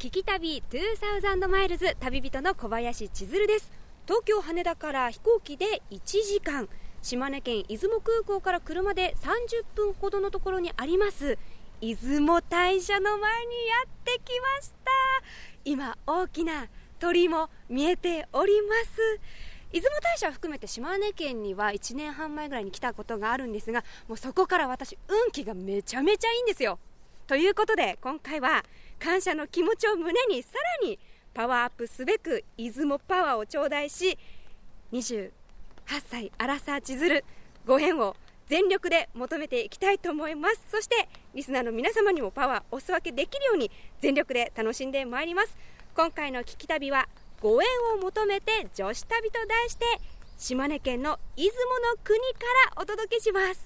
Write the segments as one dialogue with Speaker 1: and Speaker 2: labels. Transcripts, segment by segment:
Speaker 1: 聞き旅2000マイルズ、旅人の小林千鶴です。東京羽田から飛行機で1時間、島根県出雲空港から車で30分ほどのところにあります出雲大社の前にやってきました。今大きな鳥居も見えております。出雲大社を含めて島根県には1年半前ぐらいに来たことがあるんですが、もうそこから私運気がめちゃめちゃいいんですよ。ということで今回は感謝の気持ちを胸に、さらにパワーアップすべく出雲パワーを頂戴し、28歳アラサー千鶴、ご縁を全力で求めていきたいと思います。そしてリスナーの皆様にもパワーお裾分けできるように全力で楽しんでまいります。今回の聞き旅はご縁を求めて女子旅と題して、島根県の出雲の国からお届けします。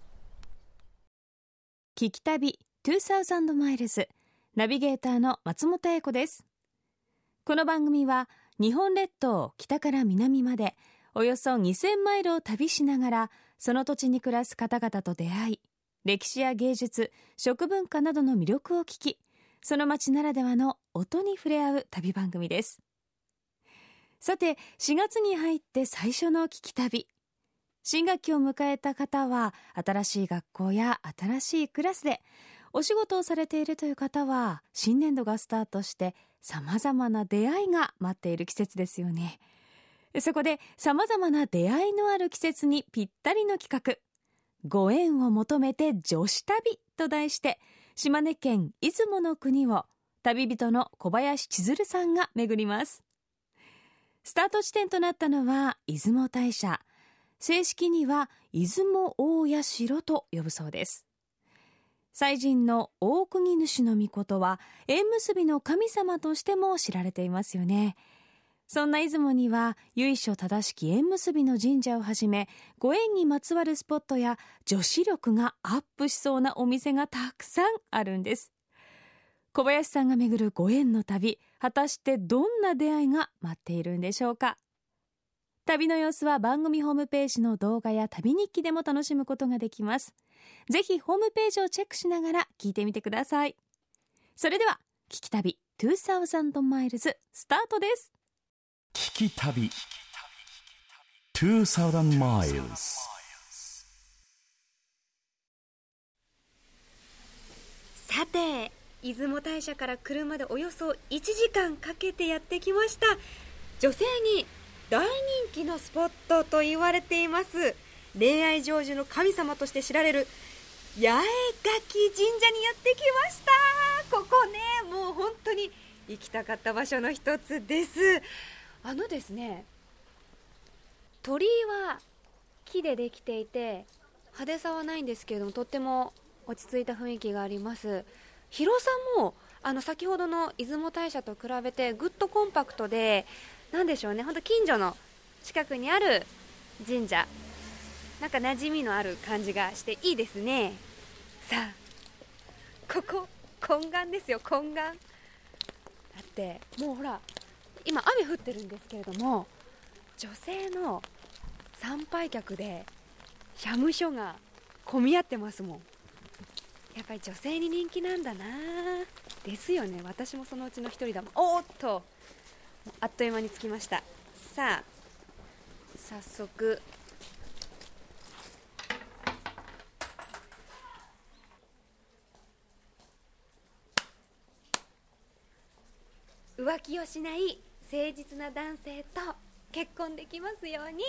Speaker 2: 聞き旅2000マイルズ、ナビゲーターの松本英子です。この番組は日本列島北から南までおよそ2000マイルを旅しながら、その土地に暮らす方々と出会い、歴史や芸術、食文化などの魅力を聞き、その街ならではの音に触れ合う旅番組です。さて、4月に入って最初の聞き旅。新学期を迎えた方は新しい学校や新しいクラスで、お仕事をされているという方は新年度がスタートしてさまざまな出会いが待っている季節ですよね。そこでさまざまな出会いのある季節にぴったりの企画、ご縁を求めて女子旅と題して、島根県出雲の国を旅人の小林千鶴さんが巡ります。スタート地点となったのは出雲大社、正式には出雲大社と呼ぶそうです。祭神の大国主命は縁結びの神様としても知られていますよね。そんな出雲には由緒正しき縁結びの神社をはじめ、ご縁にまつわるスポットや女子力がアップしそうなお店がたくさんあるんです。小林さんが巡るご縁の旅、果たしてどんな出会いが待っているんでしょうか。旅の様子は番組ホームページの動画や旅日記でも楽しむことができます。ぜひホームページをチェックしながら聞いてみてください。それでは聞き旅2000マイルズスタートです。
Speaker 3: 聞き旅2000マイルズ。
Speaker 1: さて、出雲大社から車でおよそ1時間かけてやってきました。女性に大人気のスポットと言われています、恋愛成就の神様として知られる八重垣神社にやってきました。ここね、もう本当に行きたかった場所の一つです。ですね、鳥居は木でできていて派手さはないんですけれども、とっても落ち着いた雰囲気があります。広さも先ほどの出雲大社と比べてぐっとコンパクトで、なんでしょうね、本当近所の近くにある神社、なんか馴染みのある感じがしていいですね。さあ、ここ金岩ですよ、金岩だって。もうほら、今雨降ってるんですけれども、女性の参拝客で社務所が混み合ってますもん。やっぱり女性に人気なんだな。ですよね、私もそのうちの一人だもん。おーっと、あっという間に着きました。さあ、早速浮気をしない誠実な男性と結婚できますように。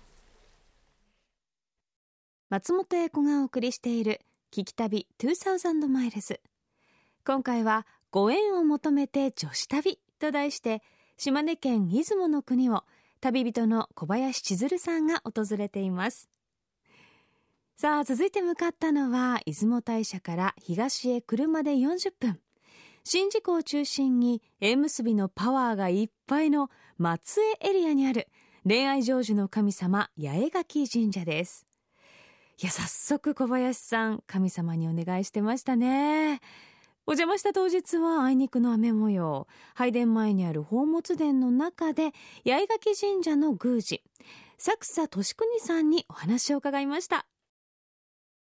Speaker 2: 松本英子がお送りしている聞き旅2000マイルズ。今回はご縁を求めて女子旅と題して、島根県出雲の国を旅人の小林千鶴さんが訪れています。さあ、続いて向かったのは出雲大社から東へ車で40分、宍道湖を中心に縁結びのパワーがいっぱいの松江エリアにある恋愛成就の神様八重垣神社です。いや、早速小林さん、神様にお願いしてましたね。お邪魔した当日はあいにくの雨模様。拝殿前にある宝物殿の中で八重垣神社の宮司、作佐俊邦さんにお話を伺いました。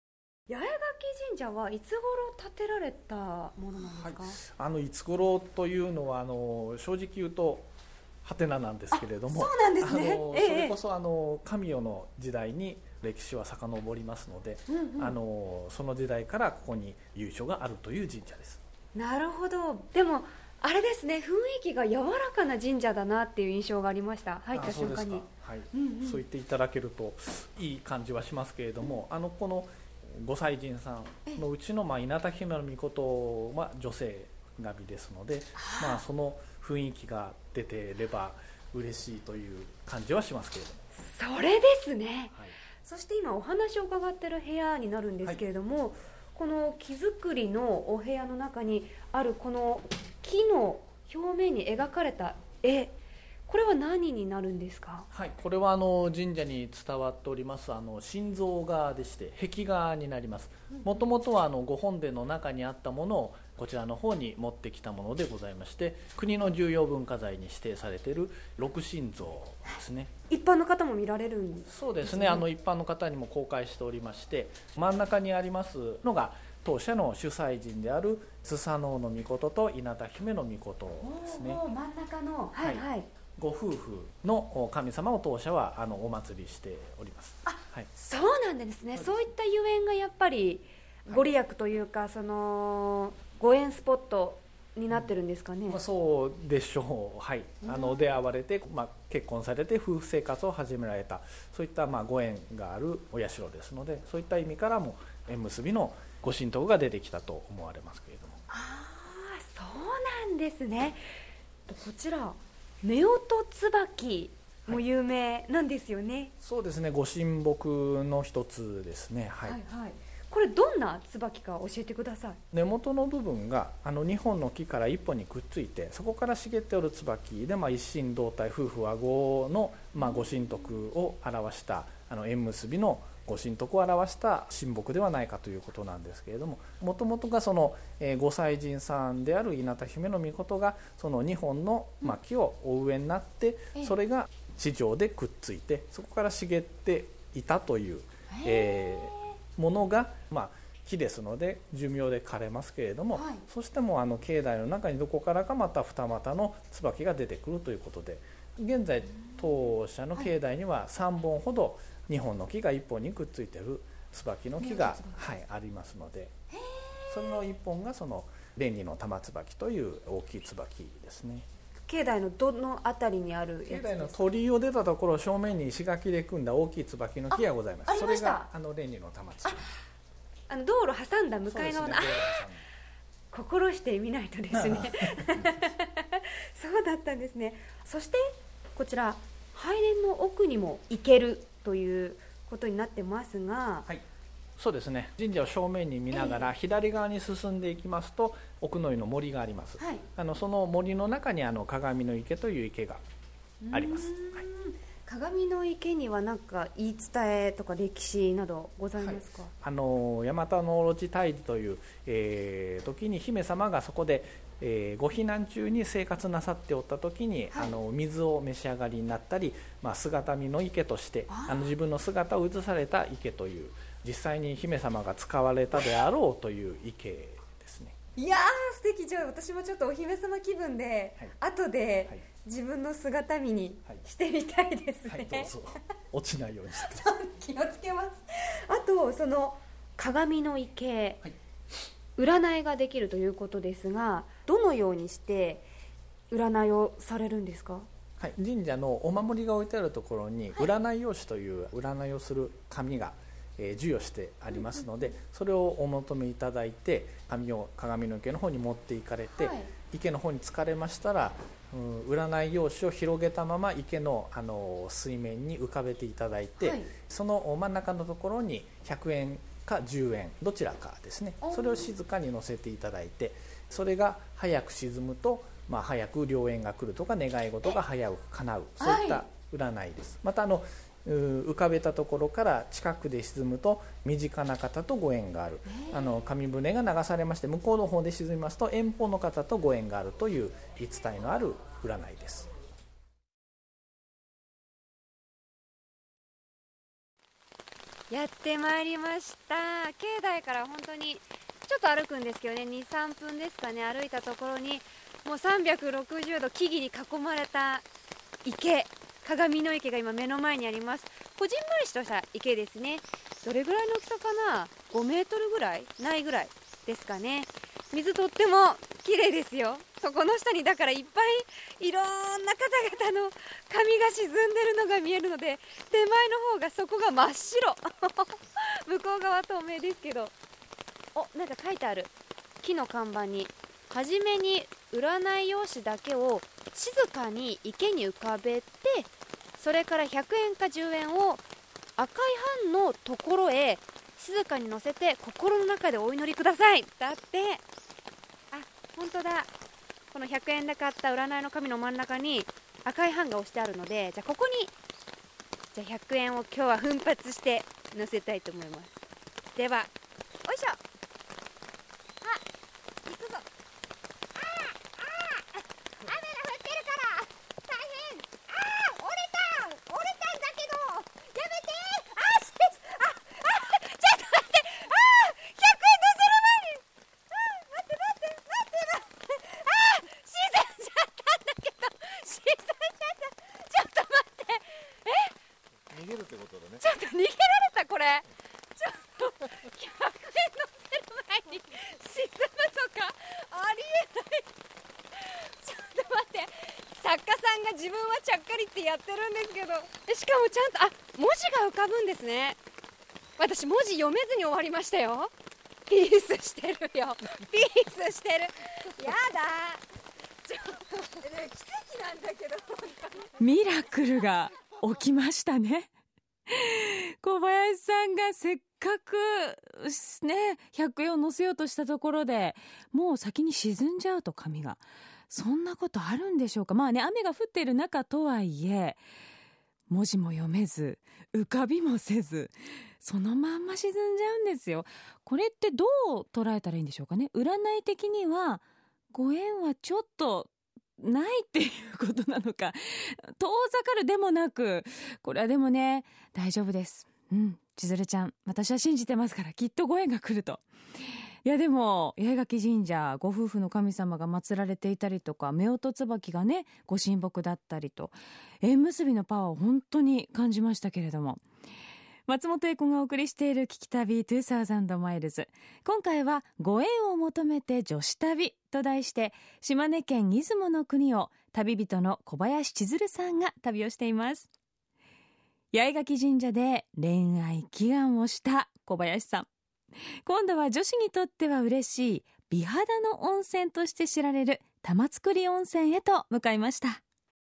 Speaker 1: 八重垣神社はいつ頃建てられたものなんですか？
Speaker 4: いつ頃というのは正直言うとハテナなんですけれども、
Speaker 1: そうなんですね。
Speaker 4: それこそ神代の時代に歴史は遡りますので、その時代からここに由緒があるという神社です。
Speaker 1: なるほど。でもあれですね、雰囲気が柔らかな神社だなっていう印象がありました。入った瞬間に。そう
Speaker 4: 言っていただけるといい感じはしますけれども、この御祭神さんのうちの稲田姫命は女性神ですので、その雰囲気が出てれば嬉しいという感じはしますけれども。
Speaker 1: それですね。そして今お話を伺っている部屋になるんですけれども、この木造りのお部屋の中にあるこの木の表面に描かれた絵、これは何になるんですか？
Speaker 4: これは神社に伝わっております心臓画でして、壁画になります。もともとはご本殿の中にあったものをこちらの方に持ってきたものでございまして、国の重要文化財に指定されている六心臓ですね。
Speaker 1: 一般の方も見られるんですね？
Speaker 4: そうですね、一般の方にも公開しておりまして、真ん中にありますのが当社の主催神であるスサノオノミコトと稲田姫のミコトですね。
Speaker 1: 真ん中の、
Speaker 4: ご夫婦の神様を当社はお祭りしております。
Speaker 1: そうなんですね。そういったゆえんがやっぱりご利益というか、そのご縁スポットになってるんですかね？
Speaker 4: そうでしょう。出会われて、結婚されて夫婦生活を始められた、そういったご縁があるお社ですので、そういった意味からも縁結びのご神徳が出てきたと思われますけれども。
Speaker 1: そうなんですね。こちら夫婦椿も有名なんですよね？
Speaker 4: そうですね、ご神木の一つですね。
Speaker 1: これどんな椿か教えてください。
Speaker 4: 根元の部分が2本の木から1本にくっついて、そこから茂っておる椿で、一心同体夫婦和合の、ご神徳を表した縁結びのご神徳を表した神木ではないかということなんですけれども、もともとがその御祭神さんである稲田姫の命がその2本の木をお植えになって、それが地上でくっついて、そこから茂っていたという、ものが、木ですので寿命で枯れますけれども、そしても境内の中にどこからかまた二股の椿が出てくるということで、現在当社の境内には3本ほど2本の木が1本にくっついている椿の木が、ありますので、その1本がその蓮理の玉椿という大きい椿ですね。
Speaker 1: 境内のどのあたりにあるやつですか？境内
Speaker 4: の鳥居を出たところ、正面に石垣で組んだ大きい椿の木がございます。それが蓮理の玉椿。
Speaker 1: 道路挟んだ向かい側の、心して見ないとですねそうだったんですね。そしてこちら拝殿の奥にも行けるということになってますが、
Speaker 4: そうですね、神社を正面に見ながら左側に進んでいきますと奥の湯の森があります。その森の中に鏡の池という池があります。
Speaker 1: 鏡の池には何か言い伝えとか歴史などございますか？
Speaker 4: 大和のオロチ退治という、時に姫様がそこで、ご避難中に生活なさっておった時に、水を召し上がりになったり、姿見の池として自分の姿を映された池という、実際に姫様が使われたであろうという池ですね。
Speaker 1: いやー素敵。じゃあ私もちょっとお姫様気分で、後で自分の姿見にしてみたいですね。
Speaker 4: どうぞ落ちないようにして
Speaker 1: 気をつけます。あとその鏡の池、占いができるということですが、どのようにして占いをされるんですか？
Speaker 4: 神社のお守りが置いてあるところに、占い用紙という占いをする紙が授与してありますので、それをお求めいただいて紙を鏡の池の方に持っていかれて、池の方に着かれましたら、占い用紙を広げたまま池の、水面に浮かべていただいて、その真ん中のところに100円か10円どちらかですね、それを静かに乗せていただいて、それが早く沈むと、早く良縁が来るとか願い事が早く叶う、そういった占いです。また浮かべたところから近くで沈むと身近な方とご縁がある、上船が流されまして向こうの方で沈みますと遠方の方とご縁があるという言い伝えのある占いです。
Speaker 1: やってまいりました。境内から本当にちょっと歩くんですけどね、2、3分ですかね、歩いたところにもう360度木々に囲まれた池、鏡の池が今目の前にあります。こじんまりとした池ですね。どれぐらいの大きさかな、5メートルぐらいないぐらいですかね。水とっても綺麗ですよ。そこの下にだからいっぱいいろんな方々の髪が沈んでるのが見えるので、手前の方がそこが真っ白向こう側透明ですけど、なんか書いてある。木の看板にはじめに占い用紙だけを静かに池に浮かべて、それから100円か10円を赤い版のところへ静かに乗せて心の中でお祈りください。だって、本当だ。この100円で買った占いの紙の真ん中に赤い版が押してあるので、じゃあここに100円を今日は奮発して乗せたいと思います。では、よいしょ。行くぞ。雨が降ってるから大変。折れたんだけど、やめて。ちょっと待って。100円乗せる前に。待って。沈んじゃったんだけど。ちょっと待って。
Speaker 5: 逃げるってことだね。
Speaker 1: ちょっと逃げられたこれ。ちょっと100円乗せる前に沈むとかありえない。ちょっと待って、作家さんが自分はちゃっかりってやってるんですけど、しかもちゃんと文字が浮かぶんですね。私文字読めずに終わりましたよ。ピースしてるよ。ピースしてる。やだ。ちょっと奇跡なんだけど。
Speaker 2: ミラクルが起きましたね。小林さんがせっかくね100円を乗せようとしたところでもう先に沈んじゃうと紙が、そんなことあるんでしょうか。まあね、雨が降っている中とはいえ文字も読めず浮かびもせずそのまんま沈んじゃうんですよ。これってどう捉えたらいいんでしょうかね。占い的にはご縁はちょっとないっていうことなのか、遠ざかるでもなく、これはでもね大丈夫です。千鶴ちゃん、私は信じてますから、きっとご縁が来ると。いやでも八重垣神社、ご夫婦の神様が祀られていたりとか、夫婦椿がねご神木だったりと、縁結びのパワーを本当に感じましたけれども、松本英子がお送りしている聞き旅2000マイルズ、今回はご縁を求めて女子旅と題して、島根県出雲の国を旅人の小林千鶴さんが旅をしています。八重垣神社で恋愛祈願をした小林さん、今度は女子にとっては嬉しい美肌の温泉として知られる玉造温泉へと向かいました。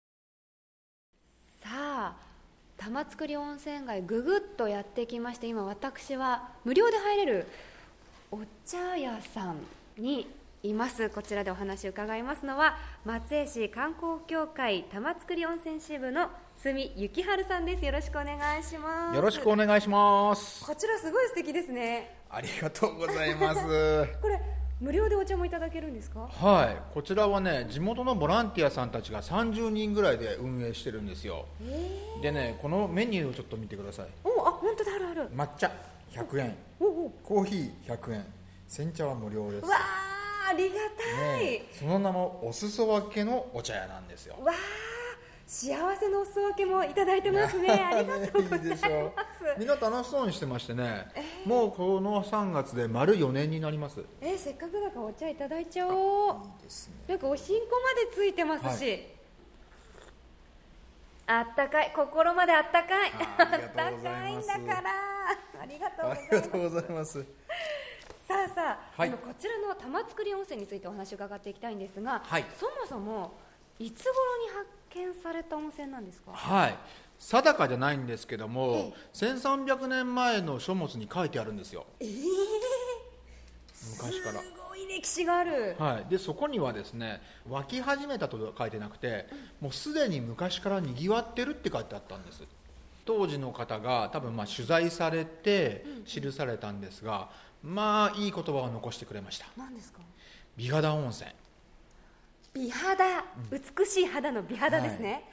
Speaker 1: さあ、玉造温泉街ぐぐっとやってきまして、今私は無料で入れるお茶屋さんにいます。こちらでお話を伺いますのは松江市観光協会玉造温泉支部の角幸春さんです。よろしくお願いします。
Speaker 5: よろしくお願いします。
Speaker 1: こちらすごい素敵ですね。
Speaker 5: ありがとうございます
Speaker 1: これ無料でお茶もいただけるんですか？
Speaker 5: はい、こちらはね、地元のボランティアさんたちが30人ぐらいで運営してるんですよ。でね、このメニューをちょっと見てください。
Speaker 1: 本当だ、ある。
Speaker 5: 抹茶100円、コーヒー100円、煎茶は無料です。
Speaker 1: わー、ありがたい、
Speaker 5: ね、その名もお裾分けのお茶屋なんですよ。
Speaker 1: わー、幸せのお裾分けもいただいてますね。ありがとうございます。
Speaker 5: いいでしょう。みんな楽しそうにしてましてね、もうこの3月で丸4年になります。
Speaker 1: せっかくだからお茶いただいちゃおう。
Speaker 5: いいですね。
Speaker 1: なんかおしんこまでついてますし、あったかい、心まであったかい。
Speaker 5: ありがとうございます。
Speaker 1: あったかいんだから。ありがとうございます。
Speaker 5: ありがとうございます。
Speaker 1: さあ、
Speaker 5: はい、
Speaker 1: こちらの玉造温泉についてお話を伺っていきたいんですが、
Speaker 5: はい、
Speaker 1: そもそもいつ頃に発見された温泉なんですか？
Speaker 5: はい、定かじゃないんですけども、1300年前の書物に書いてあるんですよ。昔から
Speaker 1: すごい歴史がある。
Speaker 5: はい、でそこにはですね、湧き始めたと書いてなくて、もうすでに昔からにぎわってるって書いてあったんです。当時の方が多分取材されて記されたんですが、まあいい言葉を残してくれました。
Speaker 1: 何ですか？
Speaker 5: 美肌温泉。
Speaker 1: 美肌、美しい肌の美肌ですね。
Speaker 5: はいはい、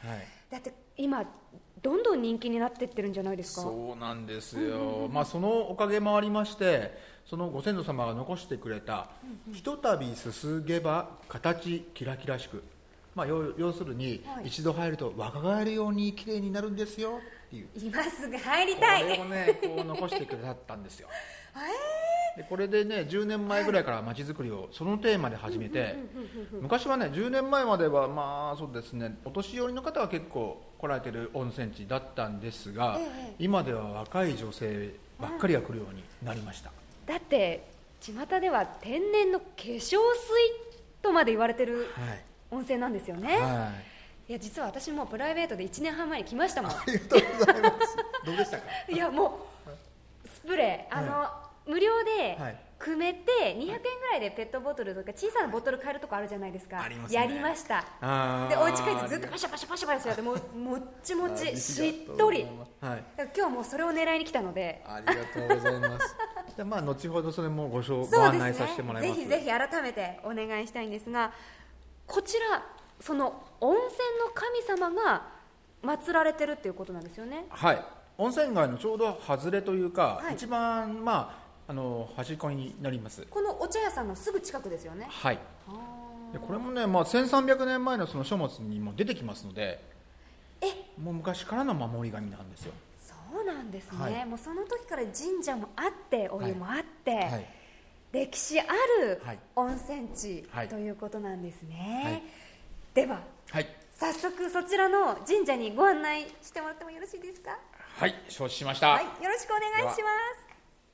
Speaker 1: だって今どんどん人気になってってるんじゃないですか。
Speaker 5: そうなんですよ、そのおかげもありまして、そのご先祖様が残してくれた、ひとたびすすげば形キラキラしく、要するに、一度入ると若返るように綺麗になるんですよっていう、
Speaker 1: 今すぐ入りたい。
Speaker 5: これをねこう残してくださったんですよでこれでね10年前ぐらいから街づくりをそのテーマで始めて、昔はね10年前まではそうですね、お年寄りの方は結構来られてる温泉地だったんですが、今では若い女性ばっかりが来るようになりました。
Speaker 1: だって巷では天然の化粧水とまで言われてる温泉なんですよね。いや実は私もプライベートで1年半前に来ましたもん。
Speaker 5: ありがとうございますどうでしたか？
Speaker 1: いやもうスプレー無料で組めて200円ぐらいでペットボトルとか小さなボトル買えるとこあるじゃないですか。
Speaker 5: ありますね。
Speaker 1: やりました。でお家帰ってずっとパシャパシャパシャパシャやってもっちもちしっとり。今日はもうそれを狙いに来たので。
Speaker 5: ありがとうございますじゃあ後ほどそれもご案内させてもらいます。
Speaker 1: ぜひぜひ改めてお願いしたいんですが、こちらその温泉の神様が祀られてるっていうことなんですよね。
Speaker 5: はい、温泉街のちょうど外れというか、一番端っこになります。
Speaker 1: このお茶屋さんのすぐ近くですよね。
Speaker 5: はい。でこれもね、1300年前のその書物にも出てきますので、もう昔からの守り神なんですよ。
Speaker 1: そうなんですね、もうその時から神社もあってお湯もあって、歴史ある温泉地ということなんですね。では、早速そちらの神社にご案内してもらってもよろしいですか？
Speaker 5: はい、承知しました。
Speaker 1: よろしくお願いします。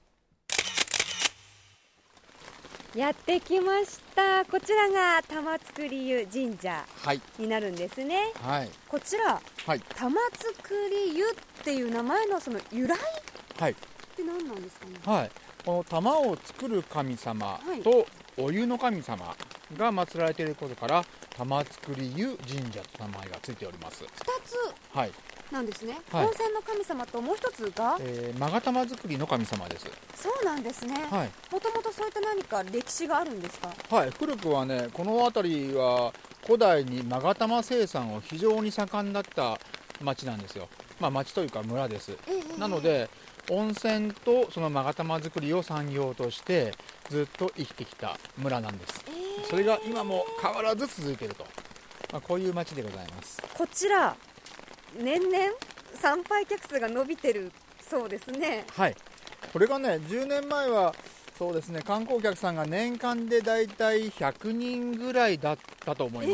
Speaker 1: やってきました。こちらが玉造湯神社になるんですね。こちら、玉造湯っていう名前のその由来って何なんですかね？
Speaker 5: この玉を作る神様とお湯の神様が祀られていることから玉造湯神社と名前がついております。
Speaker 1: 2つなんですね。温泉の神様ともう一つが、
Speaker 5: 勾玉作りの神様です。
Speaker 1: そうなんですね。もともとそういった何か歴史があるんですか？
Speaker 5: 古くはね、この辺りは古代に勾玉生産を非常に盛んだった町なんですよ。町というか村です。なので温泉とその勾玉作りを産業としてずっと生きてきた村なんです。それが今も変わらず続いていると、こういう町でございます。
Speaker 1: こちら年々参拝客数が伸びてるそうですね。
Speaker 5: これがね、10年前はそうですね、観光客さんが年間でだいたい100人ぐらいだったと思います。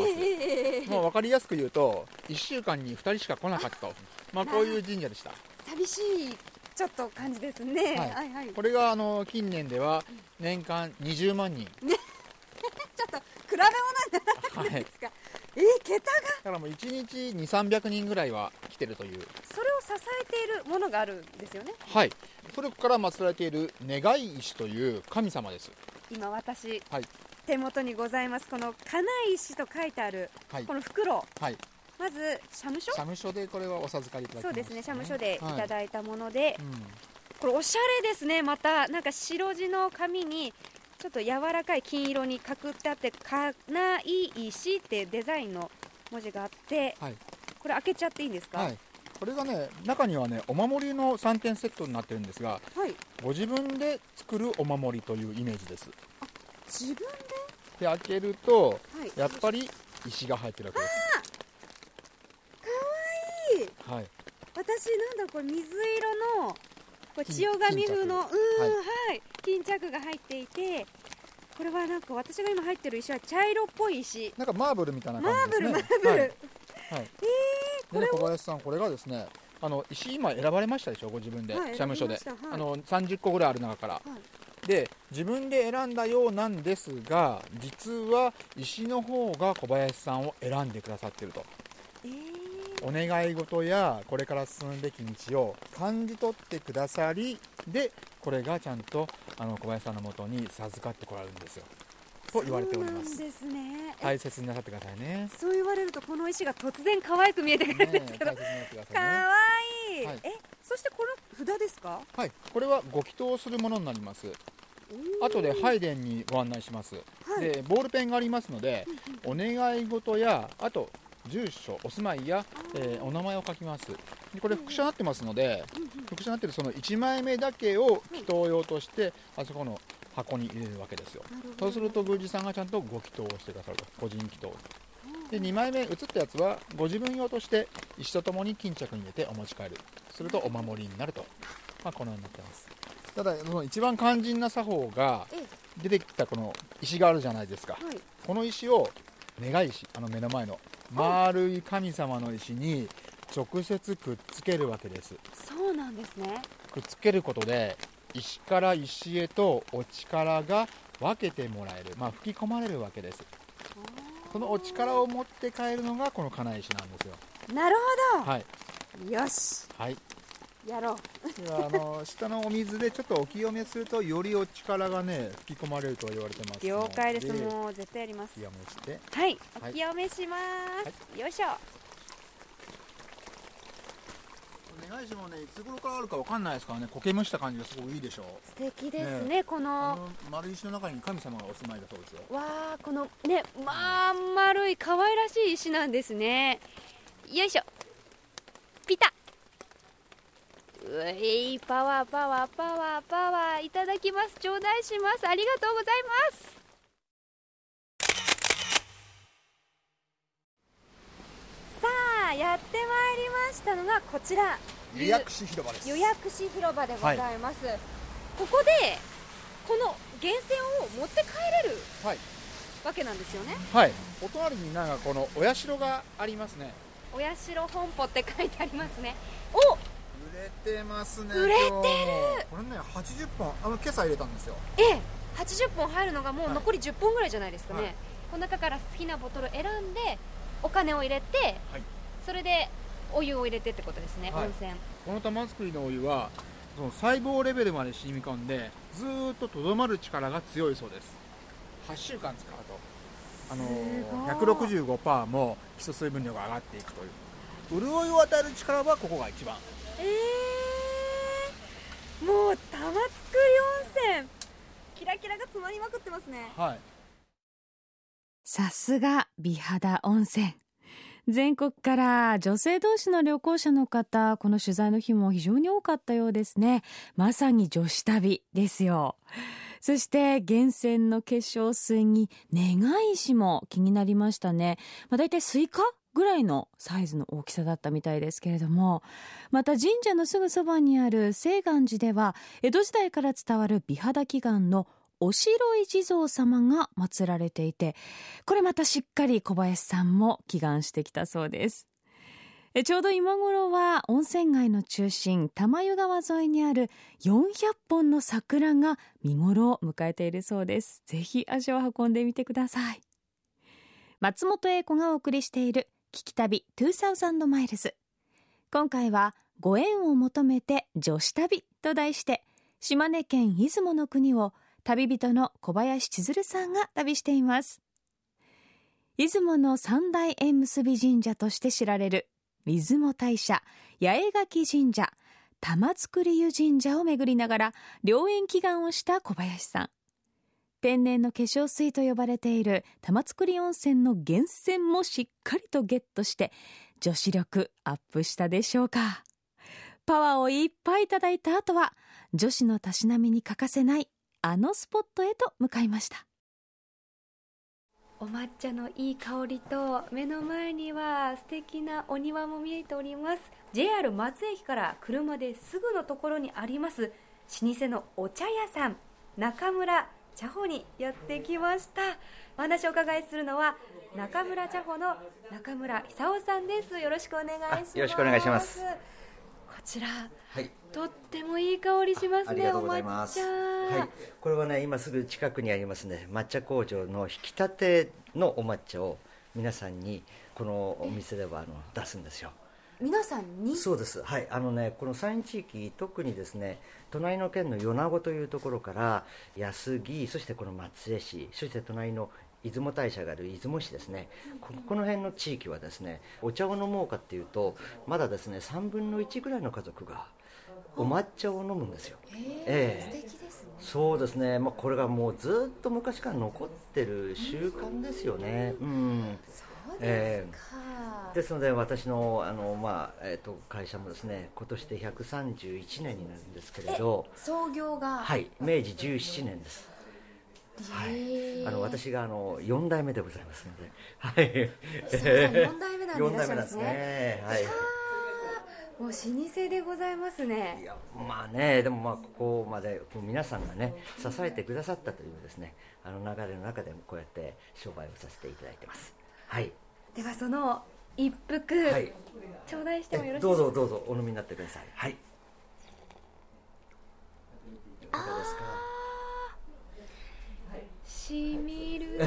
Speaker 5: 分かりやすく言うと1週間に2人しか来なかったと、こういう神社でした。
Speaker 1: 寂しいちょっと感じですね。
Speaker 5: これが近年では年間20万人ちょっ
Speaker 1: と比べ物にならないですか？桁が
Speaker 5: だからもう1日2、300人ぐらいは来てるという。
Speaker 1: それを支えているものがあるんですよね。
Speaker 5: 古くから祀られている願い石という神様です。
Speaker 1: 今私、手元にございますこの金石と書いてあるこの袋、まず社務所？
Speaker 5: 社務所でこれはお授かりいただきましたね。
Speaker 1: そうですね、社務所でいただいたもので、これおしゃれですね。またなんか白地の紙にちょっと柔らかい金色に書ってあって金石ってデザインの文字があって、これ開けちゃっていいんですか？
Speaker 5: これがね、中にはねお守りの3点セットになってるんですが、ご自分で作るお守りというイメージです。
Speaker 1: 自分
Speaker 5: で開けると、やっぱり石が入ってるわけです。
Speaker 1: かわいい。私なんだこれ水色のこれ千代紙風の巾着が入っていて、これはなんか私が今入ってる石は茶色っぽい石、
Speaker 5: なんかマーブルみたいな感じですね。
Speaker 1: マーブル、
Speaker 5: でね、小林さん、これがですね、石今選ばれましたでしょ、ご自分で、社務所で、30個ぐらいある中から、で自分で選んだようなんですが、実は石の方が小林さんを選んでくださっていると。お願い事やこれから進むべき道を感じ取ってくださり、でこれがちゃんと小林さんのもとに授かってこられるんですよと言われております。
Speaker 1: そうなんですね。
Speaker 5: 大切になさってくださいね。
Speaker 1: そう言われるとこの石が突然可愛く見えてくるんですけど、かわいい。そしてこの札ですか？
Speaker 5: これはご祈祷するものになります。後で拝殿にご案内します。でボールペンがありますので、お願い事やあと住所、お住まいや、お名前を書きます。でこれ副写になってますので、副写になってるその1枚目だけを祈祷用としてあそこの箱に入れるわけですよ。そうすると宮司さんがちゃんとご祈祷をしてくださると、個人祈祷で、2枚目写ったやつはご自分用として石とともに巾着に入れてお持ち帰る、するとお守りになると、このようになってます。ただその一番肝心な作法が出てきたこの石があるじゃないですか、この石を願い石、目の前の丸い神様の石に直接くっつけるわけです。
Speaker 1: そうなんですね。
Speaker 5: くっつけることで石から石へとお力が分けてもらえる、吹き込まれるわけです。そのお力を持って帰るのがこの金石なんですよ。
Speaker 1: なるほど、
Speaker 5: はい、
Speaker 1: よし、
Speaker 5: はい、
Speaker 1: やろう。
Speaker 5: では下のお水でちょっとお清めするとよりお力がね吹き込まれると言われてますので、
Speaker 1: 了解です。もう絶対やります。
Speaker 5: お清めして、
Speaker 1: はい、お清めします、よいしょ。
Speaker 5: 願い石もねいつ頃からあるかわかんないですからね、苔むした感じがすごくいいでしょう。
Speaker 1: 素敵ですね、この
Speaker 5: 丸石の中に神様がお住まいだそうですよ。
Speaker 1: わあ、このねまん丸い可愛らしい石なんですね。よいしょ、ピタッ、うい、パワーパワーパワーパワー、いただきます、頂戴します、ありがとうございます。さあやってまいりましたのがこちら、
Speaker 5: 予約し広場です。
Speaker 1: 予約し広場でございます、ここでこの源泉を持って帰れるわけなんですよね。
Speaker 5: はい、お隣になんかこのお社がありますね。
Speaker 1: お社本舗って書いてありますね。お、
Speaker 5: 売れてますね。
Speaker 1: 売れてる。
Speaker 5: これね80本今朝入れたんですよ。
Speaker 1: 80本入るのがもう残り10本ぐらいじゃないですかね、この中から好きなボトル選んでお金を入れて、それでお湯を入れてってことですね、温泉。
Speaker 5: この玉造りのお湯はその細胞レベルまで染み込んでずーっととどまる力が強いそうです。8週間使うと165% も基礎水分量が上がっていくという、潤いを与える力はここが一番。
Speaker 1: もう玉造温泉キラキラが詰まりまくってますね。
Speaker 2: さすが美肌温泉。全国から女性同士の旅行者の方、この取材の日も非常に多かったようですね。まさに女子旅ですよ。そして源泉の化粧水に願い石も気になりましたね。だいたいスイカぐらいのサイズの大きさだったみたいですけれども、また神社のすぐそばにある清願寺では江戸時代から伝わる美肌祈願のおしろい地蔵様が祀られていて、これまたしっかり小林さんも祈願してきたそうです。ちょうど今頃は温泉街の中心玉湯川沿いにある400本の桜が見頃を迎えているそうです。ぜひ足を運んでみてください。松本英子がお送りしている聞き旅2000マイルズ。今回はご縁を求めて女子旅と題して、島根県出雲の国を旅人の小林千鶴さんが旅しています。出雲の三大縁結び神社として知られる出雲大社、八重垣神社、玉造湯神社を巡りながら良縁祈願をした小林さん。天然の化粧水と呼ばれている玉造温泉の源泉もしっかりとゲットして女子力アップしたでしょうか。パワーをいっぱいいただいた後は女子のたしなみに欠かせないあのスポットへと向かいました。
Speaker 1: お抹茶のいい香りと目の前には素敵なお庭も見えております。 JR 松駅から車ですぐのところにあります老舗のお茶屋さん中村茶舗にやってきました。お話をお伺いするのは中村茶舗の中村久夫さんです。よろしくお願いします。
Speaker 6: よろしくお願いします。
Speaker 1: こちら、とってもいい香りしますね。
Speaker 6: ありがとうございます。
Speaker 1: お抹茶、
Speaker 6: これはね今すぐ近くにありますね抹茶工場の引き立てのお抹茶を皆さんにこのお店では出すんですよ。
Speaker 1: 皆さんに？そうです。
Speaker 6: この山陰地域、特にですね隣の県の米子というところから安来、そしてこの松江市、そして隣の出雲大社がある出雲市ですね、この辺の地域はですねお茶を飲もうかっていうとまだですね3分の1ぐらいの家族がお抹茶を飲むんですよ。
Speaker 1: 素敵ですね。
Speaker 6: そうですね、これがもうずっと昔から残ってる習慣ですよね。
Speaker 1: そうですか。
Speaker 6: ですので私の会社もですね今年で131年になるんですけれど、
Speaker 1: 創業が
Speaker 6: はい明治17年です。はい、私が4代目でございますので、はい、
Speaker 1: 4代目なんでいらっしゃるんですね。
Speaker 6: はい、
Speaker 1: もう老舗でございますね。
Speaker 6: いやまあね、でもまあここまで皆さんがね支えてくださったというですね流れの中でこうやって商売をさせていただいてます。はい。
Speaker 1: ではその一服、はい、頂戴してもよろしいですか。
Speaker 6: どうぞどうぞお飲みになってください。はい。いかがですか。
Speaker 1: しみる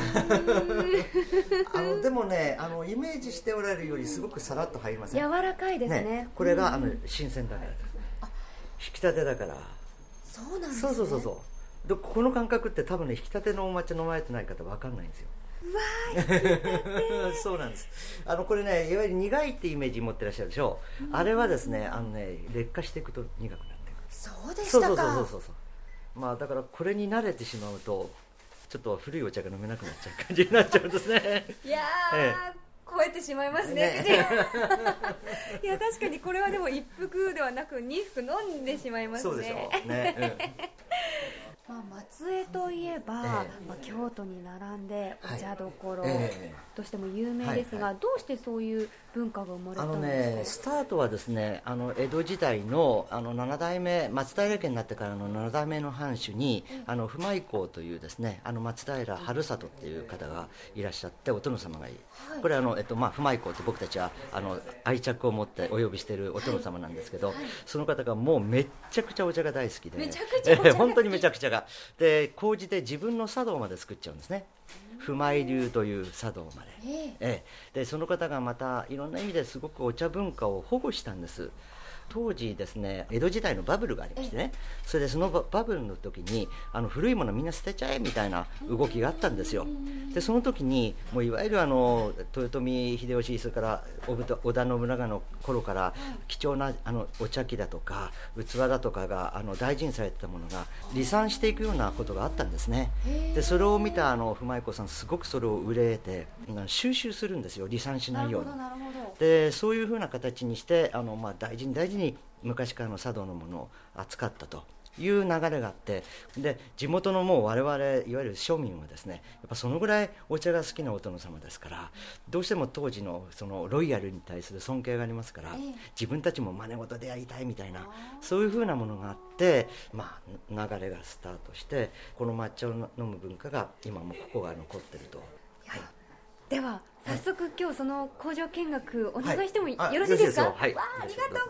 Speaker 6: でもねイメージしておられるよりすごくさらっと入りません。
Speaker 1: 柔らかいです ね。
Speaker 6: これが新鮮だからです。引き立てだから。
Speaker 1: そうなんですね。
Speaker 6: そうでこの感覚って多分ね引き立てのお抹茶飲まれてない方分かんないんですよ。
Speaker 1: うわー
Speaker 6: そうなんです。これねいわゆる苦いってイメージ持ってらっしゃるでしょう、あれはですね劣化していくと苦くなっていく。
Speaker 1: そうでしたか。
Speaker 6: そうまあだからこれに慣れてしまうとちょっと古いお茶が飲めなくなっちゃう感じになっちゃうんですね。
Speaker 1: いやー、超えてしまいますね。いや確かにこれはでも1服ではなく2服飲んでしまいますね。
Speaker 6: そうでしょうね。
Speaker 1: 松江といえば、京都に並んでお茶どころとしても有名ですが、どうしてそういう文化が生まれたんですか。
Speaker 6: スタートはですね江戸時代の7代目松平家になってからの7代目の藩主に不昧公というですね松平春里っていう方がいらっしゃってお殿様がいる、これ不昧公って僕たちは愛着を持ってお呼びしているお殿様なんですけど、その方がもうめっちゃくちゃお茶が大好きで、
Speaker 1: めちゃくちゃお茶が好き
Speaker 6: 本当にめちゃくちゃがで麹で自分の茶道まで作っちゃうんですね。不昧流という茶道まで、でその方がまたいろんな意味ですごくお茶文化を保護したんです。当時ですね江戸時代のバブルがありましてね、それでそのバブルの時に古いものみんな捨てちゃえみたいな動きがあったんですよ。でその時にもういわゆる豊臣秀吉それから織田信長の頃から貴重なお茶器だとか器だとかが大事にされてたものが離散していくようなことがあったんですね。でそれを見た不昧子さんすごくそれを憂えて収集するんですよ、離散しないように。でそういうふうな形にして大事に昔からの茶道のものを扱ったという流れがあって、で地元のもう我々いわゆる庶民はですねやっぱそのぐらいお茶が好きなお殿様ですから、どうしても当時のそのロイヤルに対する尊敬がありますから、自分たちも真似事でやりたいみたいなそういうふうなものがあって、流れがスタートしてこの抹茶を飲む文化が今もここが残ってると。
Speaker 1: では早速今日その工場見学お願いしてもよろしいですか。
Speaker 6: はい、
Speaker 1: ありがとうございます。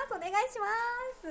Speaker 1: お願いします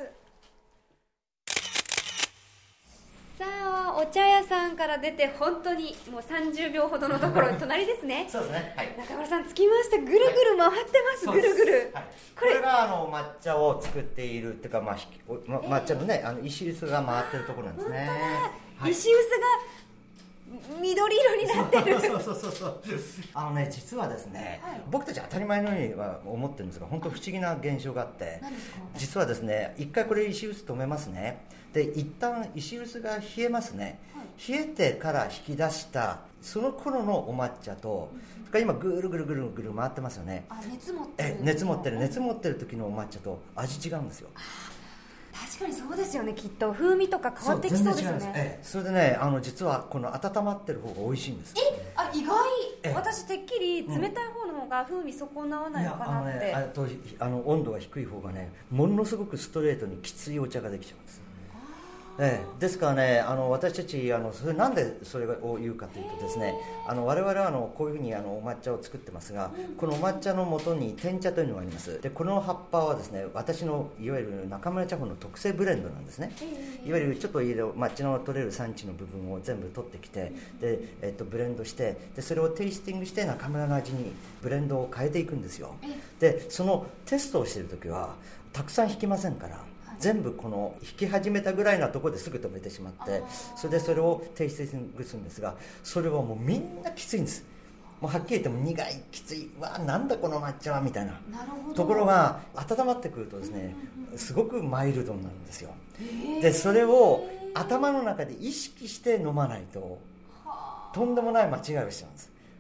Speaker 1: 。さあお茶屋さんから出て本当にもう30秒ほどのところ隣ですね。
Speaker 6: そうですね、はい、
Speaker 1: 中村さん着きました。ぐるぐる回ってます。ぐるぐる、
Speaker 6: はい、これが抹茶を作っているっていうか、抹茶のね石臼が回ってるところなんですね。
Speaker 1: 石臼が緑色になってる。
Speaker 6: そう実はですね、僕たち当たり前のようには思ってるんですが本当不思議な現象があって、実はですね一回これ石臼止めますね。で一旦石臼が冷えますね、冷えてから引き出したその頃のお抹茶と、今ぐるぐる回ってますよね。
Speaker 1: 熱持
Speaker 6: ってる時のお抹茶と味違うんですよ。
Speaker 1: 確かにそうですよね。きっと風味とか変わってきそうですよね。
Speaker 6: それでね実はこの温まってる方が美味しいんです。
Speaker 1: 意外。私てっきり冷たい方の方が風味損なわないのかなって。
Speaker 6: 温度が低い方がねものすごくストレートにきついお茶ができちゃうんです。ですからね私たちそれなんでそれを言うかというとですね我々はこういうふうにお抹茶を作ってますが、このお抹茶の元に天茶というのがあります。でこの葉っぱはですね私のいわゆる中村茶穂の特製ブレンドなんですね。いわゆるちょっと抹茶の取れる産地の部分を全部取ってきてで、ブレンドしてでそれをテイスティングして中村の味にブレンドを変えていくんですよ。でそのテストをしている時はたくさん引きませんから、全部この引き始めたぐらいなところですぐ止めてしまって、それをテイスティングするんですが、それはもうみんなきついんです。もうはっきり言っても苦いきついなんだこの抹茶はみたいなところが温まってくるとですねすごくマイルドになるんですよ。でそれを頭の中で意識して飲まないととんでもない間違いをしちゃうんです。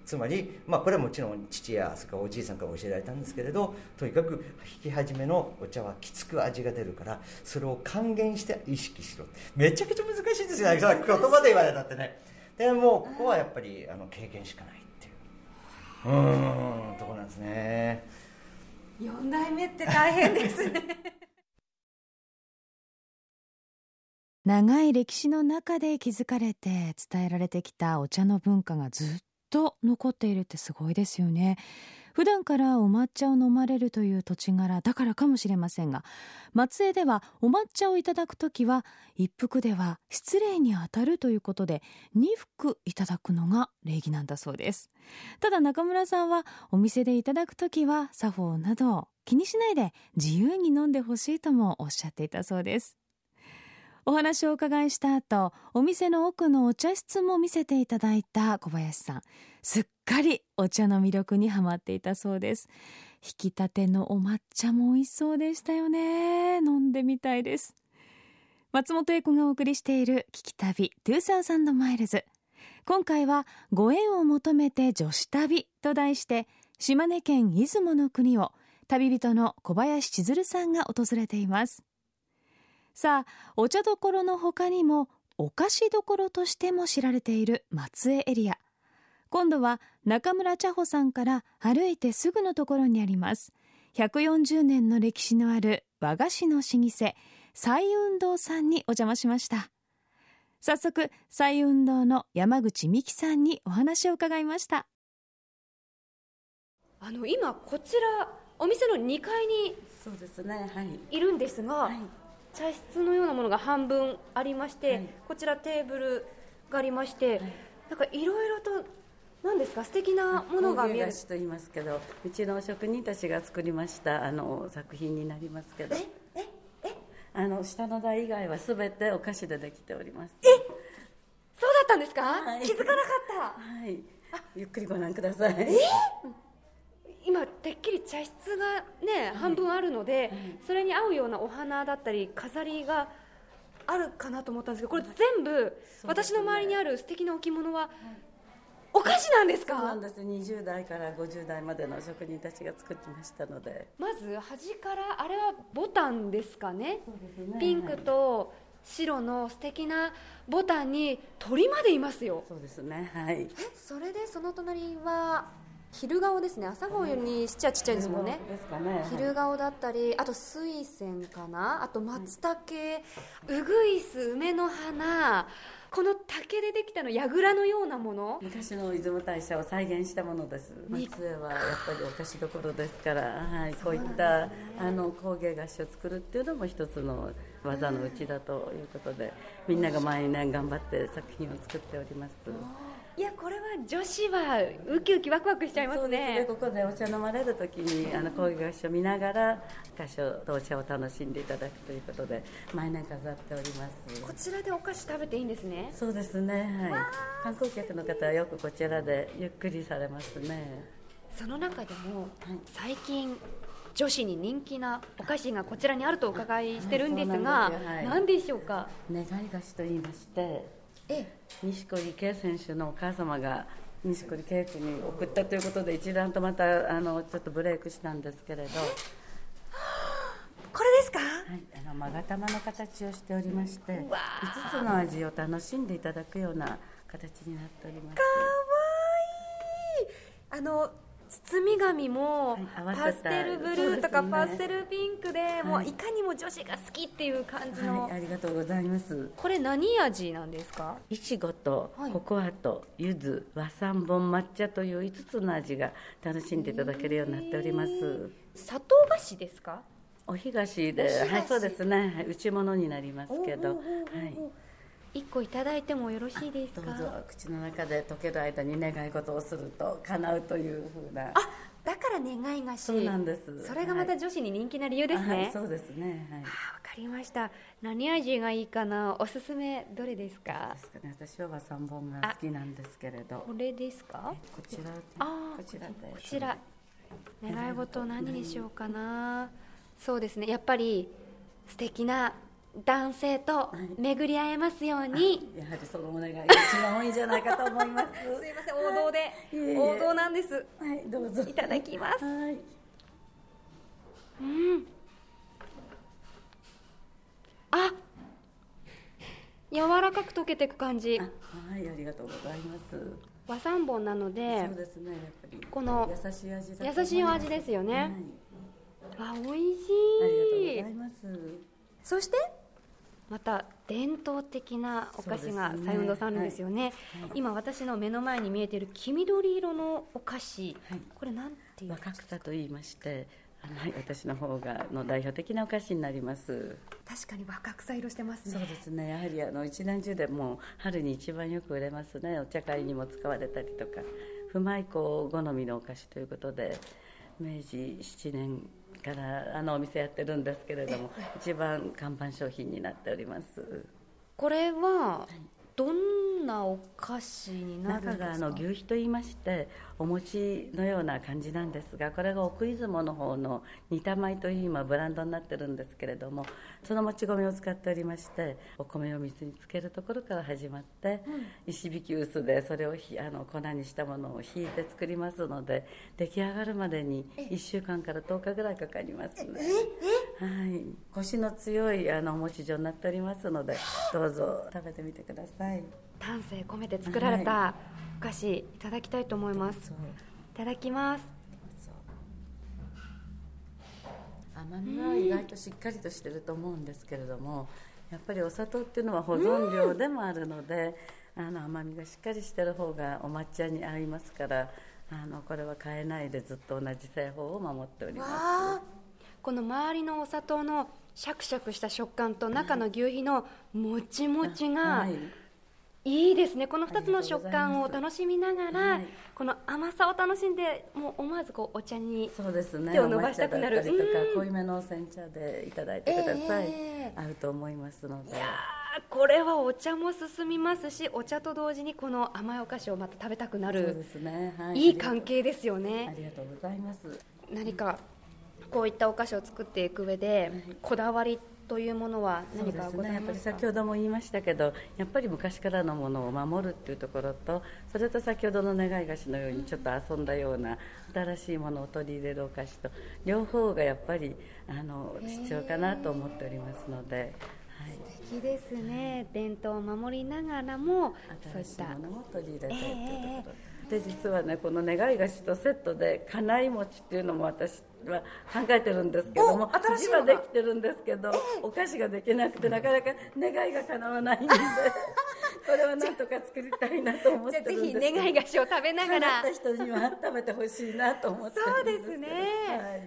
Speaker 6: つまり、これはもちろん父やそれからおじいさんから教えられたんですけれど、とにかく引き始めのお茶はきつく味が出るからそれを還元して意識しろ。めちゃくちゃ難しいですよね、言葉で言われたってね。でもここはやっぱり経験しかないっていうところなんですね。
Speaker 1: 4代目って大変ですね
Speaker 2: 長い歴史の中で築かれて伝えられてきたお茶の文化がずっと残っているってすごいですよね。普段からお抹茶を飲まれるという土地柄だからかもしれませんが、松江ではお抹茶をいただくときは一服では失礼にあたるということで2服いただくのが礼儀なんだそうです。ただ中村さんはお店でいただくときは作法など気にしないで自由に飲んでほしいともおっしゃっていたそうです。お話をお伺いした後、お店の奥のお茶室も見せていただいた小林さん、すっかりお茶の魅力にはまっていたそうです。引き立てのお抹茶も美味しそうでしたよね。飲んでみたいです。松本英子がお送りしている聞き旅2000マイルズ。今回はご縁を求めて女子旅と題して島根県出雲の国を旅人の小林千鶴さんが訪れています。さあ、お茶どころの他にもお菓子どころとしても知られている松江エリア。今度は中村茶穂さんから歩いてすぐのところにあります140年の歴史のある和菓子の老舗彩雲堂さんにお邪魔しました。早速彩雲堂の山口美希さんにお話を伺いました。
Speaker 1: 今こちらお店の2階に
Speaker 7: そうですね、はい、
Speaker 1: いるんですが、はい、茶室のようなものが半分ありまして、はい、こちらテーブルがありまして、はい、なんかいろいろと何ですか、素敵なものが見える。
Speaker 7: 工芸菓子と言いますけど、うちの職人たちが作りました作品になりますけど、下の台以外は全てお菓子でできております。
Speaker 1: そうだったんですか、
Speaker 7: はい、
Speaker 1: 気づかなかった、
Speaker 7: はい、ゆっくりご覧ください。
Speaker 1: 今てっきり茶室がね、半分あるので、それに合うようなお花だったり飾りがあるかなと思ったんですけど、これ全部私の周りにある素敵な置物はお菓子なんですか？
Speaker 7: そうなんです。20代から50代までの職人たちが作ってましたので、
Speaker 1: まず端からあれはボタンですかね。
Speaker 7: そうですね、
Speaker 1: ピンクと白の素敵なボタンに鳥までいますよ。
Speaker 7: そうですね、はい。
Speaker 1: それでその隣は昼顔ですね。朝顔よりにしちゃちっちゃいですもんね。
Speaker 7: ですかね。
Speaker 1: 昼顔だったり、あと水仙かな、あと松茸、うぐいす、梅の花、この竹でできたの櫓のようなもの、
Speaker 7: 昔の出雲大社を再現したものです。松江はやっぱりお菓子どころですから、はい、こういった工芸菓子を作るっていうのも一つの技のうちだということで、みんなが毎年頑張って作品を作っております。
Speaker 1: いや、これは女子はウキウキワクワクしちゃいますね。
Speaker 7: そうですね、ここでお茶飲まれるときに工芸菓子を見ながら菓子とお茶を楽しんでいただくということで毎年飾っております。
Speaker 1: こちらでお菓子食べていいんですね。
Speaker 7: そうですね、はい、観光客の方はよくこちらでゆっくりされますね。
Speaker 1: その中でも、最近女子に人気なお菓子がこちらにあるとお伺いしてるんですが、何でしょうか？
Speaker 7: 願い菓子と言いまして、錦織圭選手のお母様が錦織圭君に送ったということで一段とまたちょっとブレイクしたんですけれど、
Speaker 1: これですか？
Speaker 7: はい、勾玉の形をしておりまして、5つの味を楽しんでいただくような形になっております。
Speaker 1: かわいい。包み紙もパステルブルーとかパステルピンクで、もういかにも女子が好きっていう感じの、
Speaker 7: はい、ありがとうございます。
Speaker 1: これ何味なんですか？
Speaker 7: いちごとココアと柚子、和三盆、抹茶という5つの味が楽しんでいただけるようになっております。
Speaker 1: 砂糖菓子ですか？
Speaker 7: お干菓子で、はい、そうですね、内物になりますけど、はい、
Speaker 1: 1個いただいてもよろしいですか？
Speaker 7: どうぞ。口の中で溶ける間に願い事をすると叶うというふうな。
Speaker 1: だから願い菓子。
Speaker 7: そうなんです。
Speaker 1: それがまた女子に人気な理由ですね。
Speaker 7: はい、そうですね、はい、
Speaker 1: わかりました。何味がいいかな。おすすめどれですか？
Speaker 7: ですかね、私は和三盆が好きなんですけれど。
Speaker 1: これですか？
Speaker 7: こちらで。
Speaker 1: こちら願い事何にしようかな。そうですね、やっぱり素敵な男性と巡り会えますように、
Speaker 7: やはりそのお願いが一番多いんじゃないかと思います
Speaker 1: すいません、王道で、
Speaker 7: いえいえ
Speaker 1: 王道なんです。
Speaker 7: はい、どうぞ
Speaker 1: いただきます。
Speaker 7: はい、
Speaker 1: あ、柔らかく溶けていく感じ。
Speaker 7: はい、ありがとうございます。
Speaker 1: 和三盆なので、
Speaker 7: そうですね、やっぱり
Speaker 1: この
Speaker 7: 優しい味だと思います。
Speaker 1: 優しいお味ですよね。
Speaker 7: はい、
Speaker 1: あ、美味し
Speaker 7: あり
Speaker 1: い。
Speaker 7: がとうございます。
Speaker 1: そしてまた伝統的なお菓子が
Speaker 7: そうですね、
Speaker 1: サイウンドさんあるんですよね。
Speaker 7: はい、
Speaker 1: 今私の目の前に見えている黄緑色のお菓子、
Speaker 7: はい、
Speaker 1: これなんていう
Speaker 7: 若草と言いまして、はい、私の方が代表的なお菓子になります。
Speaker 1: 確かに若草色してますね。
Speaker 7: そうですね、やはり一年中でも春に一番よく売れますね。お茶会にも使われたりとか、不舞子好みのお菓子ということで、明治7年からお店やってるんですけれども、一番看板商品になっております。
Speaker 1: これはどんなお菓子になるんですか？
Speaker 7: 中が牛皮といいまして、お餅のような感じなんですが、これが奥出雲の方の煮た米という今ブランドになってるんですけれども、そのもち米を使っておりまして、お米を水につけるところから始まって、石引き臼でそれを粉にしたものをひいて作りますので、出来上がるまでに1週間から10日ぐらいかかりますね。はい、コシの強いお餅状になっておりますので、どうぞ食べてみてください。
Speaker 1: 丹精込めて作られたお菓子、いただきたいと思います。いただきます。
Speaker 7: 甘みは意外としっかりとしてると思うんですけれども、やっぱりお砂糖っていうのは保存料でもあるので、甘みがしっかりしてる方がお抹茶に合いますから、これは変えないでずっと同じ製法を守っております。
Speaker 1: この周りのお砂糖のシャクシャクした食感と中の牛皮のもちもちがいいですね。この2つの食感を楽しみながら、この甘さを楽しんで、もう思わずお茶に手を伸ばしたくなる。
Speaker 7: そうですね、お抹茶だったりとか、濃いめのお煎茶でいただいてください。合うと思いますので。
Speaker 1: いやこれはお茶も進みますし、お茶と同時にこの甘いお菓子をまた食べたくなる。
Speaker 7: そうですね、はい、
Speaker 1: いい関係ですよね。
Speaker 7: ありがとうございます。
Speaker 1: 何かこういったお菓子を作っていく上で、こだわりというものは何かございますか？
Speaker 7: そうですね、やっぱり先ほども言いましたけど、やっぱり昔からのものを守るっていうところと、それと先ほどの願い菓子のようにちょっと遊んだような新しいものを取り入れるお菓子と、両方がやっぱり必要かなと思っておりますので、
Speaker 1: 素敵ですね。伝統を守りながらも
Speaker 7: 新しいものも取り入れたいというところで、実はね、この願い菓子とセットで金井餅っていうのも私は考えてるんですけども、字はできてるんですけど、お菓子ができなくてなかなか願いが叶わないんでこれはなんとか作りたいなと思ってるんですけど、
Speaker 1: じゃあぜひ願い菓子を食べながら
Speaker 7: 叶った人には食べてほしいなと思ってるんですけど。
Speaker 1: そうですね、
Speaker 7: はい、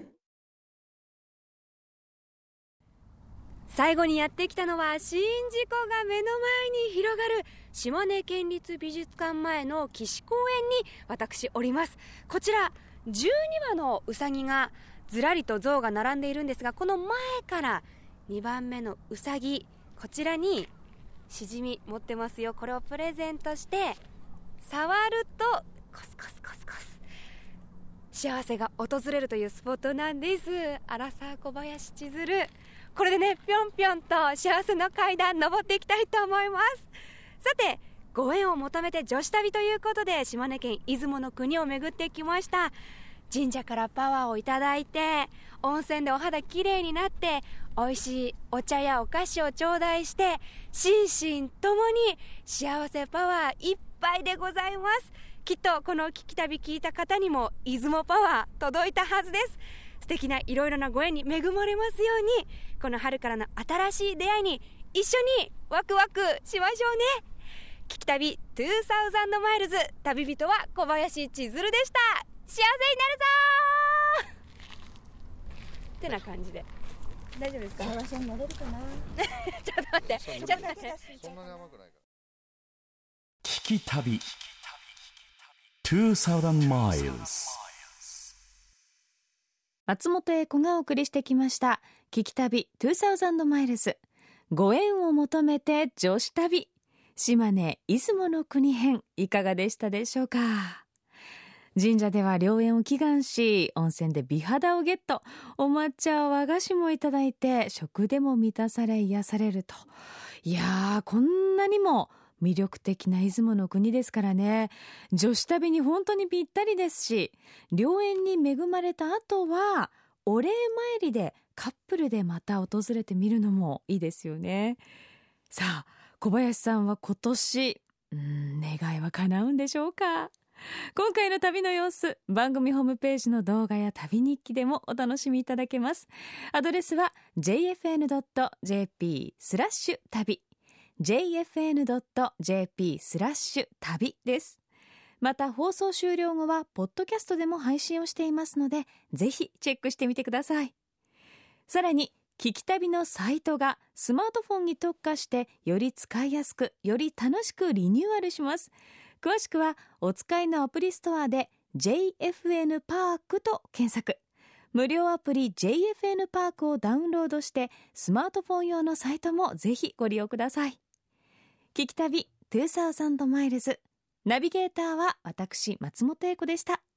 Speaker 1: 最後にやってきたのは宍道湖が目の前に広がる島根県立美術館前の岸公園に私おります。こちら12羽のうさぎがずらりと像が並んでいるんですが、この前から2番目のうさぎ、こちらにしじみ持ってますよ。これをプレゼントして触るとコスコスコスコス幸せが訪れるというスポットなんです。荒沢小林千鶴、これでね、ぴょんぴょんと幸せの階段登っていきたいと思います。さて、ご縁を求めて女子旅ということで島根県出雲の国を巡ってきました。神社からパワーをいただいて、温泉でお肌きれいになって、美味しいお茶やお菓子を頂戴して、心身ともに幸せパワーいっぱいでございます。きっとこの聞き旅聞いた方にも出雲パワー届いたはずです。素敵ないろいろなご縁に恵まれますように、この春からの新しい出会いに一緒にワクワクしましょうね。聞き旅2000マイルズ、旅人は小林千鶴でした。幸せになるぞーってな感じで大丈夫ですか？
Speaker 8: 幸せになれるかな
Speaker 1: ちょっと待って、ちょっと待って、
Speaker 3: そんなに甘くないから聞き旅2000 miles。
Speaker 2: 松本英子がお送りしてきました聞き旅2000マイルズ、ご縁を求めて女子旅、島根出雲の国編、いかがでしたでしょうか。 神社では良縁を祈願し、温泉で美肌をゲット、お抹茶和菓子もいただいて、食でも満たされ癒されると。いやー、こんなにも魅力的な出雲の国ですからね、女子旅に本当にぴったりですし、良縁に恵まれた後はお礼参りでカップルでまた訪れてみるのもいいですよね。さあ、小林さんは今年願いは叶うんでしょうか。今回の旅の様子、番組ホームページの動画や旅日記でもお楽しみいただけます。アドレスは jfn.jp/旅、jfn.jp/旅です。また放送終了後はポッドキャストでも配信をしていますので、ぜひチェックしてみてください。さらに聞き旅のサイトがスマートフォンに特化して、より使いやすく、より楽しくリニューアルします。詳しくはお使いのアプリストアで JFN パークと検索。無料アプリ JFN パークをダウンロードして、スマートフォン用のサイトもぜひご利用ください。聞き旅2000マイルズ、ナビゲーターは私松本英子でした。